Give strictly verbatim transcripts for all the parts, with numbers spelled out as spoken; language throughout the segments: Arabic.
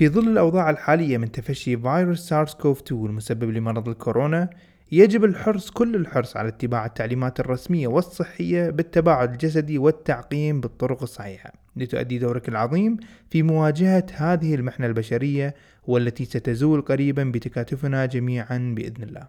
في ظل الأوضاع الحالية من تفشي فيروس سارس كوف اثنين المسبب لمرض الكورونا، يجب الحرص كل الحرص على اتباع التعليمات الرسمية والصحية بالتباعد الجسدي والتعقيم بالطرق الصحيحة لتؤدي دورك العظيم في مواجهة هذه المحنة البشرية، والتي ستزول قريبا بتكاتفنا جميعا بإذن الله.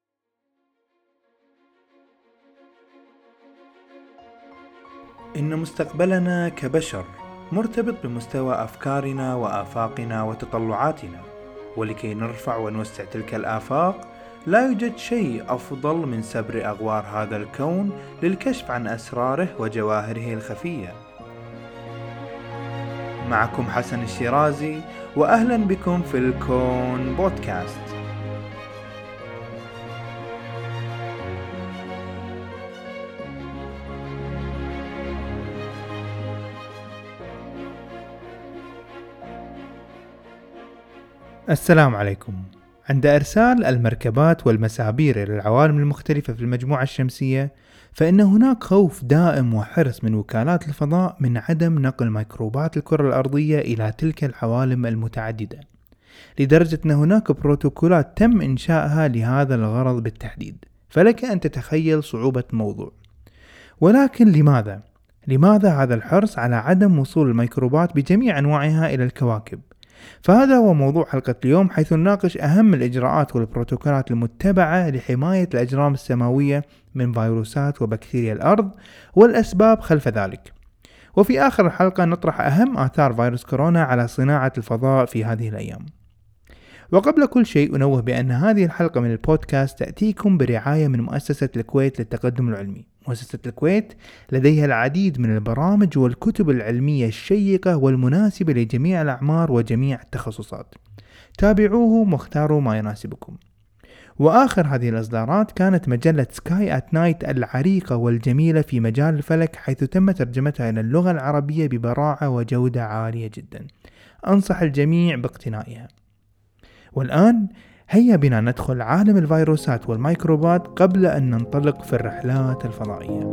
إن مستقبلنا كبشر مرتبط بمستوى أفكارنا وآفاقنا وتطلعاتنا، ولكي نرفع ونوسع تلك الآفاق لا يوجد شيء أفضل من سبر أغوار هذا الكون للكشف عن أسراره وجواهره الخفية. معكم حسن الشيرازي، وأهلا بكم في الكون بودكاست. السلام عليكم. عند إرسال المركبات والمسابير إلى العوالم المختلفة في المجموعة الشمسية، فإن هناك خوف دائم وحرص من وكالات الفضاء من عدم نقل ميكروبات الكرة الأرضية إلى تلك العوالم المتعددة، لدرجة أن هناك بروتوكولات تم إنشائها لهذا الغرض بالتحديد. فلك أن تتخيل صعوبة الموضوع. ولكن لماذا؟ لماذا هذا الحرص على عدم وصول الميكروبات بجميع أنواعها إلى الكواكب؟ فهذا هو موضوع حلقة اليوم، حيث نناقش أهم الإجراءات والبروتوكولات المتبعة لحماية الأجرام السماوية من فيروسات وبكتيريا الأرض والأسباب خلف ذلك. وفي آخر الحلقة نطرح أهم آثار فيروس كورونا على صناعة الفضاء في هذه الأيام. وقبل كل شيء أنوه بأن هذه الحلقة من البودكاست تأتيكم برعاية من مؤسسة الكويت للتقدم العلمي. مؤسسة الكويت لديها العديد من البرامج والكتب العلمية الشيقة والمناسبة لجميع الأعمار وجميع التخصصات. تابعوه واختاروا ما يناسبكم. وآخر هذه الإصدارات كانت مجلة سكاي آت نايت العريقة والجميلة في مجال الفلك، حيث تم ترجمتها إلى اللغة العربية ببراعة وجودة عالية جدا. أنصح الجميع باقتنائها. والآن هيا بنا ندخل عالم الفيروسات والميكروبات قبل أن ننطلق في الرحلات الفضائية.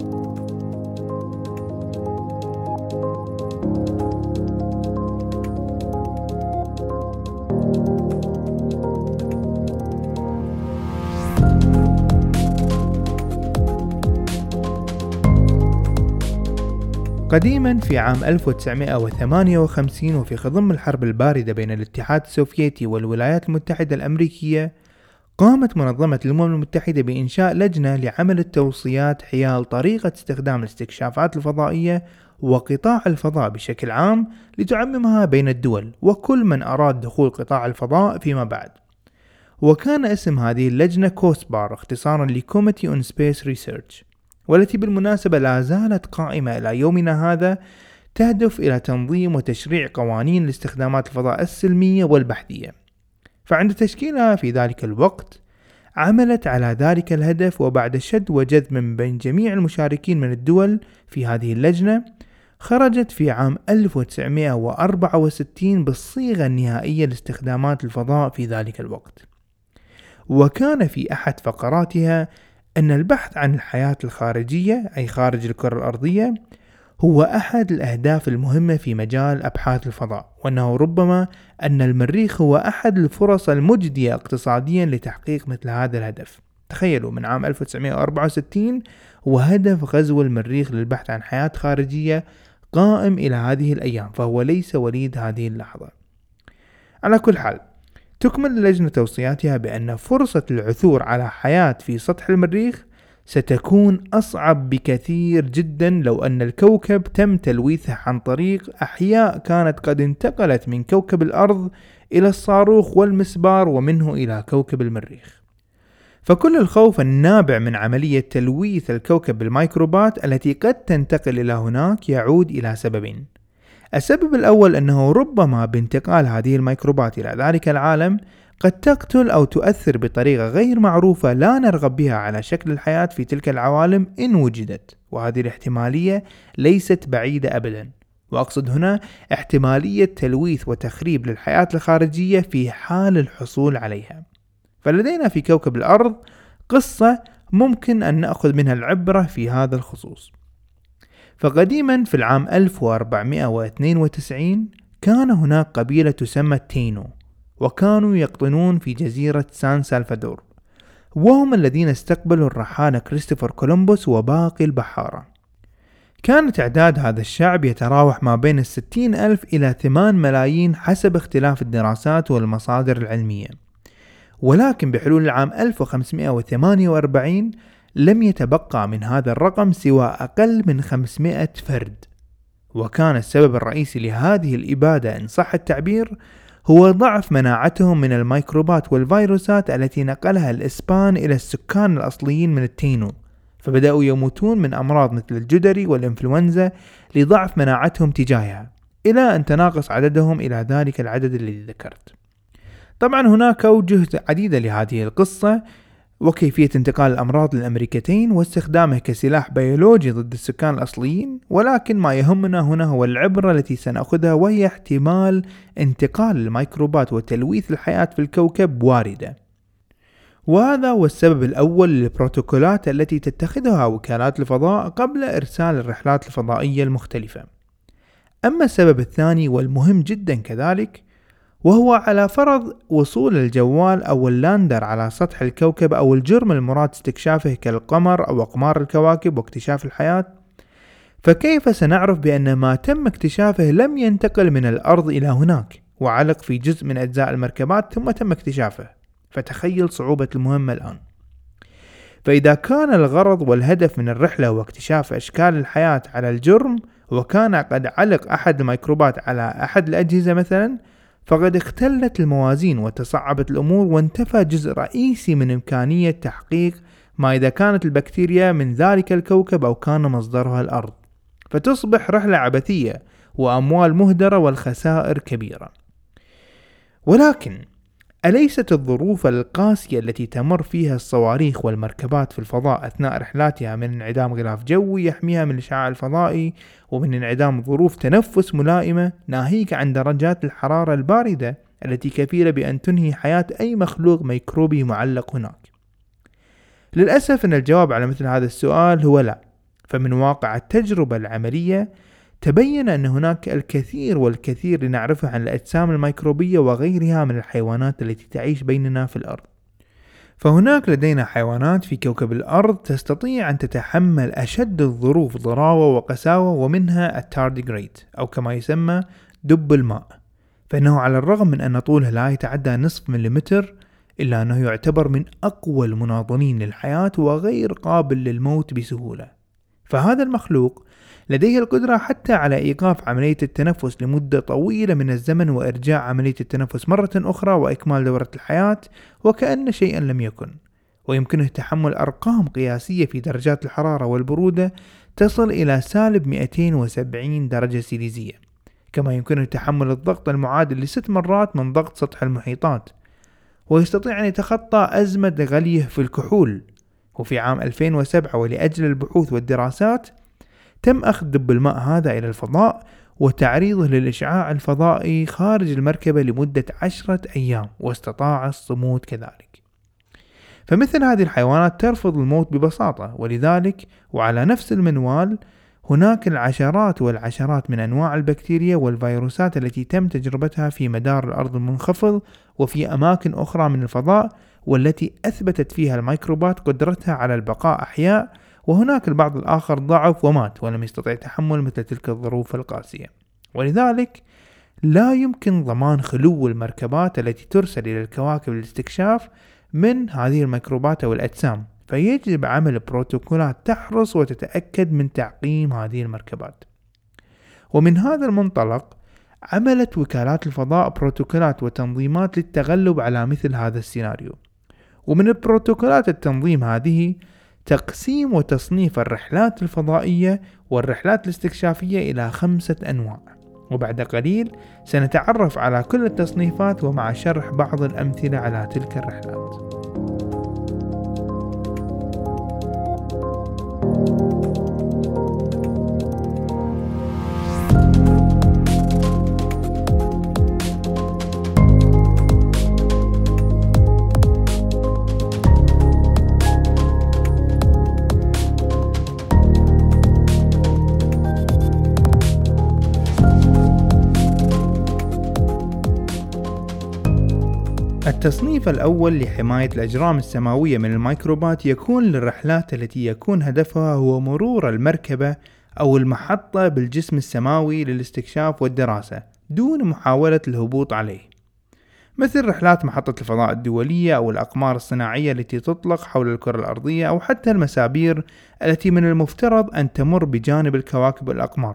قديما في عام ألف وتسعمائة وثمانية وخمسين، وفي خضم الحرب الباردة بين الاتحاد السوفيتي والولايات المتحدة الأمريكية، قامت منظمة الأمم المتحدة بإنشاء لجنة لعمل التوصيات حيال طريقة استخدام الاستكشافات الفضائية وقطاع الفضاء بشكل عام لتعممها بين الدول وكل من أراد دخول قطاع الفضاء فيما بعد. وكان اسم هذه اللجنة كوسبار، اختصارا لكوميتي اون سبيس ريسيرش، والتي بالمناسبة لا زالت قائمة إلى يومنا هذا، تهدف إلى تنظيم وتشريع قوانين لاستخدامات الفضاء السلمية والبحثية. فعند تشكيلها في ذلك الوقت عملت على ذلك الهدف، وبعد شد وجذب من بين جميع المشاركين من الدول في هذه اللجنة، خرجت في عام ألف وتسعمائة وأربعة وستين بالصيغة النهائية لاستخدامات الفضاء في ذلك الوقت. وكان في أحد فقراتها أن البحث عن الحياة الخارجية، أي خارج الكرة الأرضية، هو أحد الأهداف المهمة في مجال أبحاث الفضاء، وأنه ربما أن المريخ هو أحد الفرص المجدية اقتصاديا لتحقيق مثل هذا الهدف. تخيلوا، من عام ألف وتسعمائة وأربعة وستين وهدف غزو المريخ للبحث عن حياة خارجية قائم إلى هذه الأيام، فهو ليس وليد هذه اللحظة. على كل حال، تكمل اللجنة توصياتها بأن فرصة العثور على حياة في سطح المريخ ستكون أصعب بكثير جدا لو أن الكوكب تم تلويثه عن طريق أحياء كانت قد انتقلت من كوكب الأرض إلى الصاروخ والمسبار ومنه إلى كوكب المريخ. فكل الخوف النابع من عملية تلويث الكوكب بالميكروبات التي قد تنتقل إلى هناك يعود إلى سببين. السبب الأول أنه ربما بانتقال هذه الميكروبات إلى ذلك العالم قد تقتل أو تؤثر بطريقة غير معروفة لا نرغب بها على شكل الحياة في تلك العوالم إن وجدت، وهذه الاحتمالية ليست بعيدة أبدا. وأقصد هنا احتمالية تلويث وتخريب للحياة الخارجية في حال الحصول عليها. فلدينا في كوكب الأرض قصة ممكن أن نأخذ منها العبرة في هذا الخصوص. فقديما في العام ألف وأربعمائة واثنين وتسعين كان هناك قبيلة تسمى تينو، وكانوا يقطنون في جزيرة سان سالفادور، وهم الذين استقبلوا الرحالة كريستوفر كولومبوس وباقي البحارة. كان تعداد هذا الشعب يتراوح ما بين الستين ألف إلى ثمان ملايين حسب اختلاف الدراسات والمصادر العلمية، ولكن بحلول العام ألف وخمسمائة وثمانية وأربعين لم يتبقى من هذا الرقم سوى أقل من خمسمائة فرد. وكان السبب الرئيسي لهذه الإبادة إن صح التعبير هو ضعف مناعتهم من الميكروبات والفيروسات التي نقلها الإسبان إلى السكان الأصليين من التينو، فبدأوا يموتون من أمراض مثل الجدري والإنفلونزا لضعف مناعتهم تجاهها، إلى أن تناقص عددهم إلى ذلك العدد الذي ذكرت. طبعا هناك أوجه عديدة لهذه القصة، وكيفية انتقال الأمراض للأمريكتين واستخدامه كسلاح بيولوجي ضد السكان الأصليين، ولكن ما يهمنا هنا هو العبرة التي سنأخذها، وهي احتمال انتقال الميكروبات وتلويث الحياة في الكوكب واردة. وهذا هو السبب الأول للبروتوكولات التي تتخذها وكالات الفضاء قبل إرسال الرحلات الفضائية المختلفة. أما السبب الثاني والمهم جدا كذلك، وهو على فرض وصول الجوال أو اللاندر على سطح الكوكب أو الجرم المراد استكشافه كالقمر أو أقمار الكواكب واكتشاف الحياة، فكيف سنعرف بأن ما تم اكتشافه لم ينتقل من الأرض إلى هناك وعلق في جزء من أجزاء المركبات ثم تم اكتشافه؟ فتخيل صعوبة المهمة الآن. فإذا كان الغرض والهدف من الرحلة هو اكتشاف أشكال الحياة على الجرم، وكان قد علق أحد الميكروبات على أحد الأجهزة مثلا، فقد اختلت الموازين وتصعبت الأمور، وانتفى جزء رئيسي من إمكانية تحقيق ما إذا كانت البكتيريا من ذلك الكوكب أو كان مصدرها الأرض، فتصبح رحلة عبثية وأموال مهدرة والخسائر كبيرة. ولكن أليست الظروف القاسية التي تمر فيها الصواريخ والمركبات في الفضاء أثناء رحلاتها من انعدام غلاف جوي يحميها من الإشعاع الفضائي، ومن انعدام ظروف تنفس ملائمة، ناهيك عن درجات الحرارة الباردة التي كفيلة بأن تنهي حياة أي مخلوق ميكروبي معلق هناك؟ للأسف أن الجواب على مثل هذا السؤال هو لا. فمن واقع التجربة العملية تبين أن هناك الكثير والكثير لنعرفه عن الأجسام الميكروبية وغيرها من الحيوانات التي تعيش بيننا في الأرض. فهناك لدينا حيوانات في كوكب الأرض تستطيع أن تتحمل أشد الظروف ضراوة وقساوة، ومنها التارديغريد أو كما يسمى دب الماء، فإنه على الرغم من أن طوله لا يتعدى نصف مليمتر إلا أنه يعتبر من أقوى المناضلين للحياة وغير قابل للموت بسهولة. فهذا المخلوق لديه القدرة حتى على إيقاف عملية التنفس لمدة طويلة من الزمن وإرجاع عملية التنفس مرة أخرى وإكمال دورة الحياة وكأن شيئا لم يكن، ويمكنه تحمل أرقام قياسية في درجات الحرارة والبرودة تصل إلى سالب مئتين وسبعين درجة سيليزية، كما يمكنه تحمل الضغط المعادل لست مرات من ضغط سطح المحيطات، ويستطيع أن يتخطى أزمة غليه في الكحول. وفي عام ألفين وسبعة ولأجل البحوث والدراسات تم أخذ دب الماء هذا إلى الفضاء وتعريضه للإشعاع الفضائي خارج المركبة لمدة عشرة أيام، واستطاع الصمود كذلك. فمثل هذه الحيوانات ترفض الموت ببساطة، ولذلك وعلى نفس المنوال هناك العشرات والعشرات من أنواع البكتيريا والفيروسات التي تم تجربتها في مدار الأرض المنخفض وفي أماكن أخرى من الفضاء، والتي أثبتت فيها الميكروبات قدرتها على البقاء أحياء، وهناك البعض الآخر ضعف ومات ولم يستطيع تحمل مثل تلك الظروف القاسية. ولذلك لا يمكن ضمان خلو المركبات التي ترسل إلى الكواكب للاستكشاف من هذه الميكروبات أو الأجسام، فيجب عمل بروتوكولات تحرص وتتأكد من تعقيم هذه المركبات. ومن هذا المنطلق عملت وكالات الفضاء بروتوكولات وتنظيمات للتغلب على مثل هذا السيناريو. ومن البروتوكولات التنظيم هذه تقسيم وتصنيف الرحلات الفضائية والرحلات الاستكشافية إلى خمسة أنواع، وبعد قليل سنتعرف على كل التصنيفات ومع شرح بعض الأمثلة على تلك الرحلات. التصنيف الأول لحماية الأجرام السماوية من الميكروبات يكون للرحلات التي يكون هدفها هو مرور المركبة أو المحطة بالجسم السماوي للاستكشاف والدراسة دون محاولة الهبوط عليه، مثل رحلات محطة الفضاء الدولية أو الأقمار الصناعية التي تطلق حول الكرة الأرضية، أو حتى المسابير التي من المفترض أن تمر بجانب الكواكب والأقمار.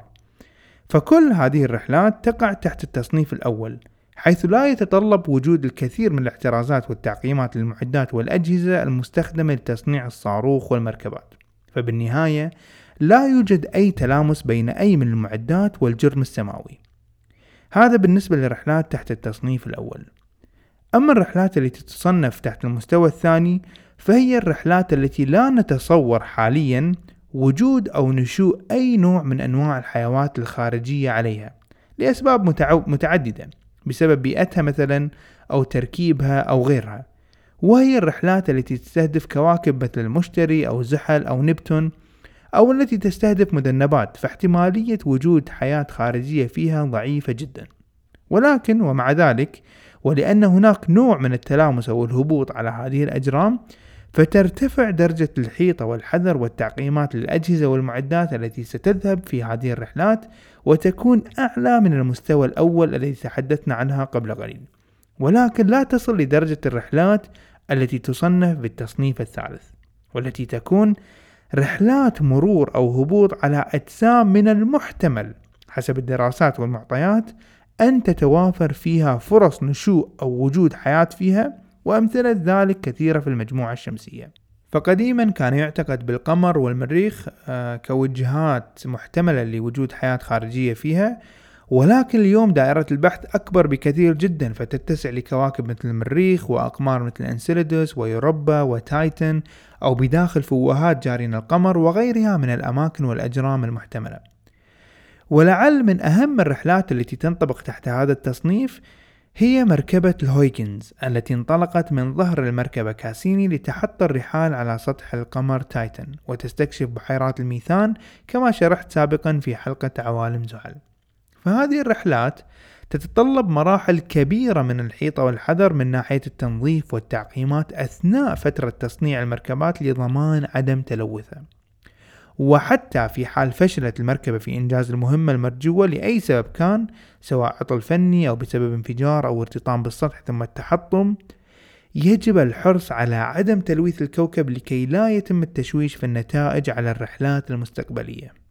فكل هذه الرحلات تقع تحت التصنيف الأول، حيث لا يتطلب وجود الكثير من الاحترازات والتعقيمات للمعدات والأجهزة المستخدمة لتصنيع الصاروخ والمركبات. فبالنهاية لا يوجد أي تلامس بين أي من المعدات والجرم السماوي. هذا بالنسبة للرحلات تحت التصنيف الأول. أما الرحلات التي تصنف تحت المستوى الثاني فهي الرحلات التي لا نتصور حاليا وجود أو نشوء أي نوع من أنواع الحيوانات الخارجية عليها لأسباب متعددة، بسبب بيئتها مثلا أو تركيبها أو غيرها. وهي الرحلات التي تستهدف كواكب مثل المشتري أو زحل أو نبتون، أو التي تستهدف مذنبات، فاحتمالية وجود حياة خارجية فيها ضعيفة جدا. ولكن ومع ذلك، ولأن هناك نوع من التلامس أو الهبوط على هذه الأجرام، فترتفع درجة الحيطة والحذر والتعقيمات للأجهزة والمعدات التي ستذهب في هذه الرحلات، وتكون أعلى من المستوى الأول الذي تحدثنا عنها قبل قليل، ولكن لا تصل لدرجة الرحلات التي تصنف بالتصنيف الثالث، والتي تكون رحلات مرور أو هبوط على أجسام من المحتمل حسب الدراسات والمعطيات أن تتوافر فيها فرص نشوء أو وجود حياة فيها، وأمثلة ذلك كثيرة في المجموعة الشمسية. فقديما كان يعتقد بالقمر والمريخ كوجهات محتملة لوجود حياة خارجية فيها، ولكن اليوم دائرة البحث أكبر بكثير جدا، فتتسع لكواكب مثل المريخ وأقمار مثل أنسيلادوس ويوروبا وتايتن، أو بداخل فوهات جارين القمر وغيرها من الأماكن والأجرام المحتملة. ولعل من أهم الرحلات التي تنطبق تحت هذا التصنيف هي مركبة الهويجنز التي انطلقت من ظهر المركبة كاسيني لتحط الرحال على سطح القمر تايتن وتستكشف بحيرات الميثان، كما شرحت سابقا في حلقة عوالم زحل. فهذه الرحلات تتطلب مراحل كبيرة من الحيطة والحذر من ناحية التنظيف والتعقيمات أثناء فترة تصنيع المركبات لضمان عدم تلوثها. وحتى في حال فشلت المركبة في إنجاز المهمة المرجوة لأي سبب كان، سواء عطل فني أو بسبب انفجار أو ارتطام بالسطح ثم التحطم، يجب الحرص على عدم تلويث الكوكب لكي لا يتم التشويش في النتائج على الرحلات المستقبلية.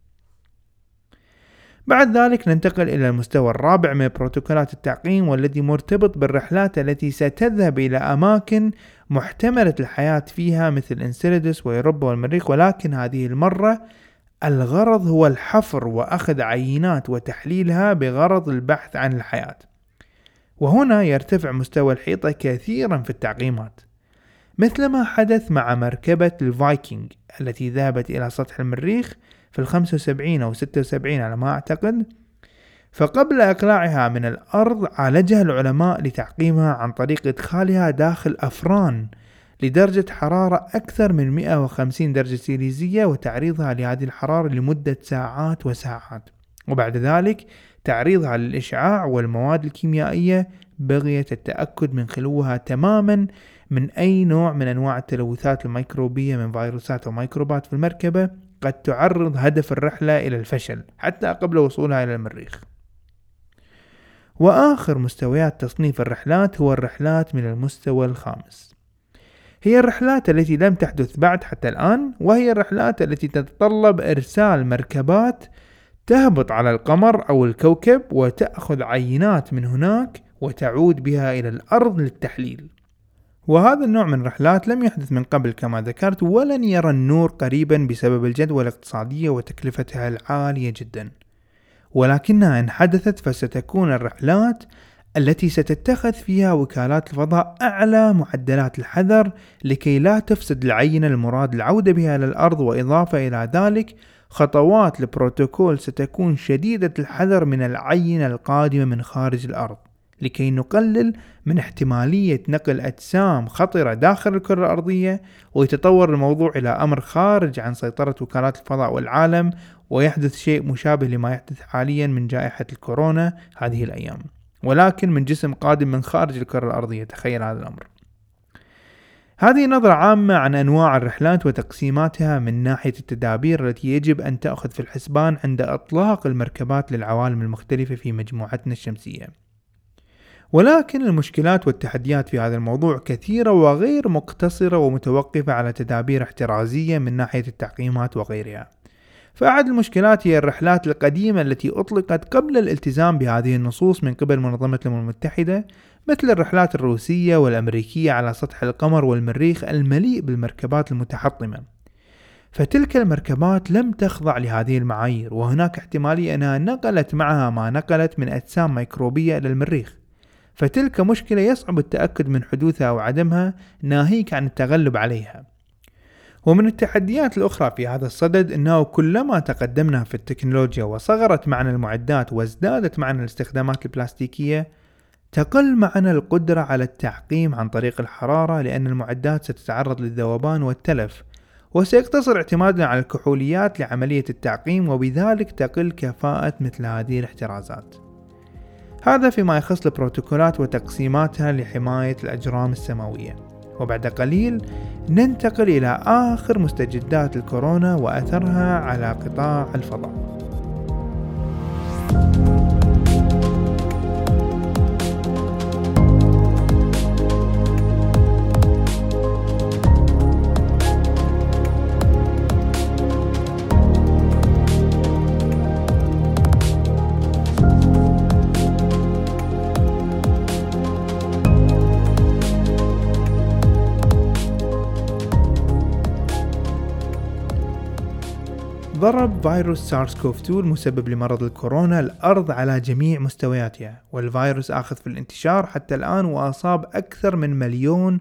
بعد ذلك ننتقل إلى المستوى الرابع من بروتوكولات التعقيم، والذي مرتبط بالرحلات التي ستذهب إلى أماكن محتملة الحياة فيها مثل انسيلادوس ويوروبا والمريخ، ولكن هذه المرة الغرض هو الحفر وأخذ عينات وتحليلها بغرض البحث عن الحياة. وهنا يرتفع مستوى الحيطة كثيرا في التعقيمات، مثل ما حدث مع مركبة الفايكنج التي ذهبت إلى سطح المريخ في الخمسة وسبعين أو ستة وسبعين على ما أعتقد. فقبل إقلاعها من الأرض عالجها العلماء لتعقيمها عن طريق إدخالها داخل أفران لدرجة حرارة أكثر من مئة وخمسين درجة سيليزية، وتعريضها لهذه الحرارة لمدة ساعات وساعات، وبعد ذلك تعريضها للإشعاع والمواد الكيميائية بغية التأكد من خلوها تماما من أي نوع من أنواع التلوثات الميكروبية من فيروسات أو ميكروبات في المركبة قد تعرض هدف الرحلة إلى الفشل حتى قبل وصولها إلى المريخ. وآخر مستويات تصنيف الرحلات هو الرحلات من المستوى الخامس. هي الرحلات التي لم تحدث بعد حتى الآن، وهي الرحلات التي تتطلب إرسال مركبات تهبط على القمر أو الكوكب وتأخذ عينات من هناك وتعود بها إلى الأرض للتحليل. وهذا النوع من الرحلات لم يحدث من قبل كما ذكرت، ولن يرى النور قريبا بسبب الجدوى الاقتصادية وتكلفتها العالية جدا، ولكنها إن حدثت فستكون الرحلات التي ستتخذ فيها وكالات الفضاء أعلى معدلات الحذر لكي لا تفسد العينة المراد العودة بها للأرض، وإضافة إلى ذلك خطوات البروتوكول ستكون شديدة الحذر من العينة القادمة من خارج الأرض، لكي نقلل من احتمالية نقل أجسام خطرة داخل الكرة الأرضية، ويتطور الموضوع إلى أمر خارج عن سيطرة وكالات الفضاء والعالم، ويحدث شيء مشابه لما يحدث حاليا من جائحة الكورونا هذه الأيام. ولكن من جسم قادم من خارج الكرة الأرضية. تخيل هذا الأمر. هذه نظرة عامة عن أنواع الرحلات وتقسيماتها من ناحية التدابير التي يجب أن تأخذ في الحسبان عند إطلاق المركبات للعوالم المختلفة في مجموعتنا الشمسية. ولكن المشكلات والتحديات في هذا الموضوع كثيرة وغير مقتصرة ومتوقفة على تدابير احترازية من ناحية التعقيمات وغيرها. فأحد المشكلات هي الرحلات القديمة التي أطلقت قبل الالتزام بهذه النصوص من قبل منظمة الأمم المتحدة، مثل الرحلات الروسية والأمريكية على سطح القمر والمريخ المليء بالمركبات المتحطمة. فتلك المركبات لم تخضع لهذه المعايير، وهناك احتمالية أنها نقلت معها ما نقلت من أجسام ميكروبية إلى المريخ. فتلك مشكلة يصعب التأكد من حدوثها أو عدمها، ناهيك عن التغلب عليها. ومن التحديات الأخرى في هذا الصدد أنه كلما تقدمنا في التكنولوجيا وصغرت معنا المعدات وازدادت معنا الاستخدامات البلاستيكية، تقل معنا القدرة على التعقيم عن طريق الحرارة، لأن المعدات ستتعرض للذوبان والتلف، وسيقتصر اعتمادنا على الكحوليات لعملية التعقيم، وبذلك تقل كفاءة مثل هذه الاحترازات. هذا فيما يخص البروتوكولات وتقسيماتها لحماية الأجرام السماوية. وبعد قليل ننتقل إلى آخر مستجدات الكورونا وأثرها على قطاع الفضاء. ضرب فيروس سارس كوف تو المسبب لمرض الكورونا الأرض على جميع مستوياتها، والفيروس آخذ في الانتشار حتى الآن، وأصاب أكثر من مليون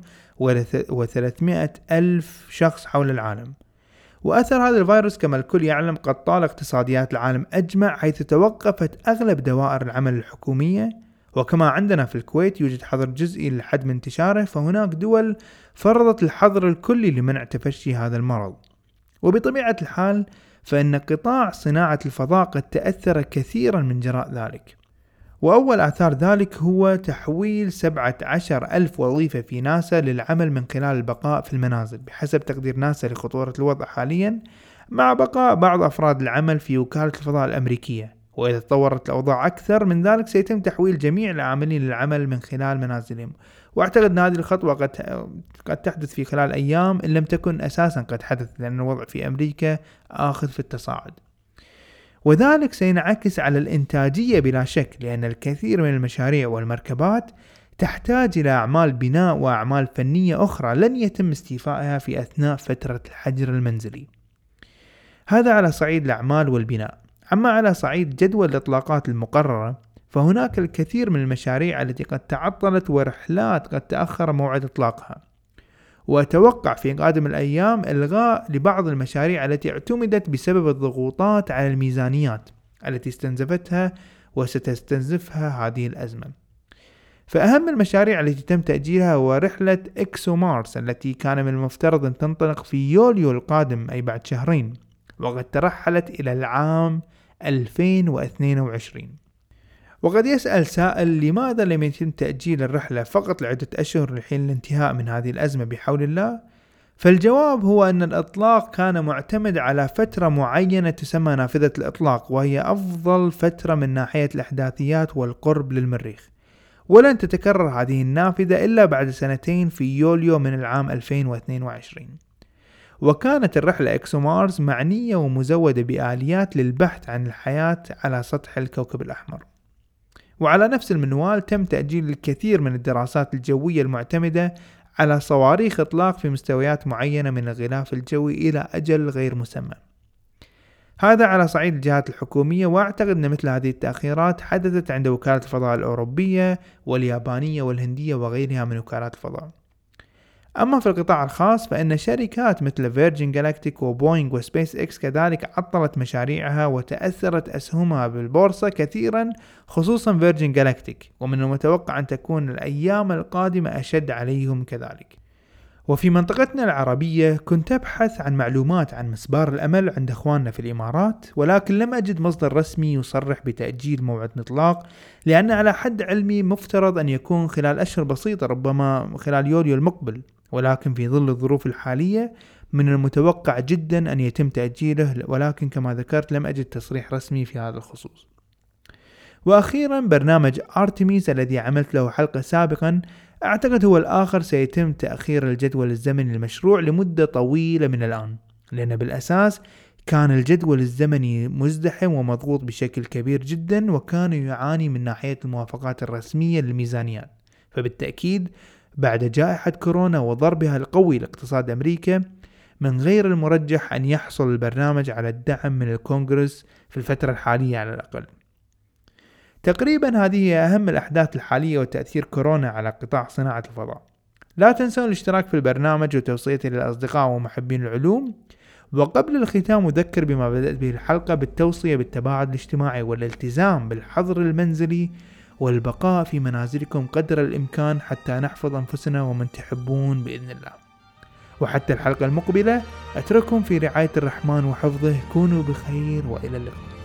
وثلاثمائة ألف شخص حول العالم. وأثر هذا الفيروس كما الكل يعلم قد طال اقتصاديات العالم أجمع، حيث توقفت أغلب دوائر العمل الحكومية. وكما عندنا في الكويت يوجد حظر جزئي لحد من انتشاره، فهناك دول فرضت الحظر الكلي لمنع تفشي هذا المرض. وبطبيعة الحال فإن قطاع صناعة الفضاء قد تأثر كثيرا من جراء ذلك. وأول آثار ذلك هو تحويل سبعة عشر ألف وظيفة في ناسا للعمل من خلال البقاء في المنازل بحسب تقدير ناسا لخطورة الوضع حاليا، مع بقاء بعض أفراد العمل في وكالة الفضاء الأمريكية. وإذا تطورت الأوضاع أكثر من ذلك سيتم تحويل جميع العاملين للعمل من خلال منازلهم. وأعتقد أن هذه الخطوة قد قد تحدث في خلال أيام إن لم تكن أساسا قد حدث، لأن الوضع في أمريكا آخذ في التصاعد. وذلك سينعكس على الإنتاجية بلا شك، لأن الكثير من المشاريع والمركبات تحتاج إلى أعمال بناء وأعمال فنية أخرى لن يتم استيفائها في أثناء فترة الحجر المنزلي. هذا على صعيد الأعمال والبناء. أما على صعيد جدول الإطلاقات المقررة، فهناك الكثير من المشاريع التي قد تعطلت ورحلات قد تأخر موعد إطلاقها. وأتوقع في قادم الأيام إلغاء لبعض المشاريع التي اعتمدت بسبب الضغوطات على الميزانيات التي استنزفتها وستستنزفها هذه الأزمة. فأهم المشاريع التي تم تأجيلها هو رحلة إكسو مارس التي كان من المفترض أن تنطلق في يوليو القادم، أي بعد شهرين، وقد ترحلت إلى العام ألفين واثنين وعشرين. وقد يسأل سائل لماذا لم يتم تأجيل الرحلة فقط لعدة أشهر لحين الانتهاء من هذه الأزمة بحول الله؟ فالجواب هو أن الإطلاق كان معتمد على فترة معينة تسمى نافذة الإطلاق، وهي أفضل فترة من ناحية الأحداثيات والقرب للمريخ، ولن تتكرر هذه النافذة إلا بعد سنتين في يوليو من العام ألفين واثنين وعشرين. وكانت الرحلة إكسو مارس معنية ومزودة بآليات للبحث عن الحياة على سطح الكوكب الأحمر. وعلى نفس المنوال تم تأجيل الكثير من الدراسات الجوية المعتمدة على صواريخ إطلاق في مستويات معينة من الغلاف الجوي إلى أجل غير مسمى. هذا على صعيد الجهات الحكومية، وأعتقد أن مثل هذه التأخيرات حدثت عند وكالة الفضاء الأوروبية واليابانية والهندية وغيرها من وكالات الفضاء. أما في القطاع الخاص فإن شركات مثل فيرجن جالاكتيك وبوينغ وسبيس إكس كذلك عطلت مشاريعها وتأثرت أسهمها بالبورصة كثيرا، خصوصا فيرجن جالاكتيك، ومن المتوقع أن تكون الأيام القادمة أشد عليهم كذلك. وفي منطقتنا العربية كنت أبحث عن معلومات عن مسبار الأمل عند أخواننا في الإمارات، ولكن لم أجد مصدر رسمي يصرح بتأجيل موعد الإطلاق، لأن على حد علمي مفترض أن يكون خلال أشهر بسيطة، ربما خلال يوليو المقبل، ولكن في ظل الظروف الحالية من المتوقع جدا أن يتم تأجيله، ولكن كما ذكرت لم أجد تصريح رسمي في هذا الخصوص. وأخيرا برنامج أرتميس الذي عملت له حلقة سابقا، أعتقد هو الآخر سيتم تأخير الجدول الزمني للمشروع لمدة طويلة من الآن، لأن بالأساس كان الجدول الزمني مزدحم ومضغوط بشكل كبير جدا، وكان يعاني من ناحية الموافقات الرسمية للميزانيات. فبالتأكيد بعد جائحة كورونا وضربها القوي لاقتصاد أمريكا، من غير المرجح أن يحصل البرنامج على الدعم من الكونغرس في الفترة الحالية على الأقل. تقريبا هذه هي أهم الأحداث الحالية وتأثير كورونا على قطاع صناعة الفضاء. لا تنسون الاشتراك في البرنامج وتوصيته للأصدقاء ومحبين العلوم. وقبل الختام أذكر بما بدأت به الحلقة بالتوصية بالتباعد الاجتماعي والالتزام بالحظر المنزلي والبقاء في منازلكم قدر الإمكان حتى نحفظ أنفسنا ومن تحبون بإذن الله. وحتى الحلقة المقبلة أترككم في رعاية الرحمن وحفظه. كونوا بخير وإلى اللقاء.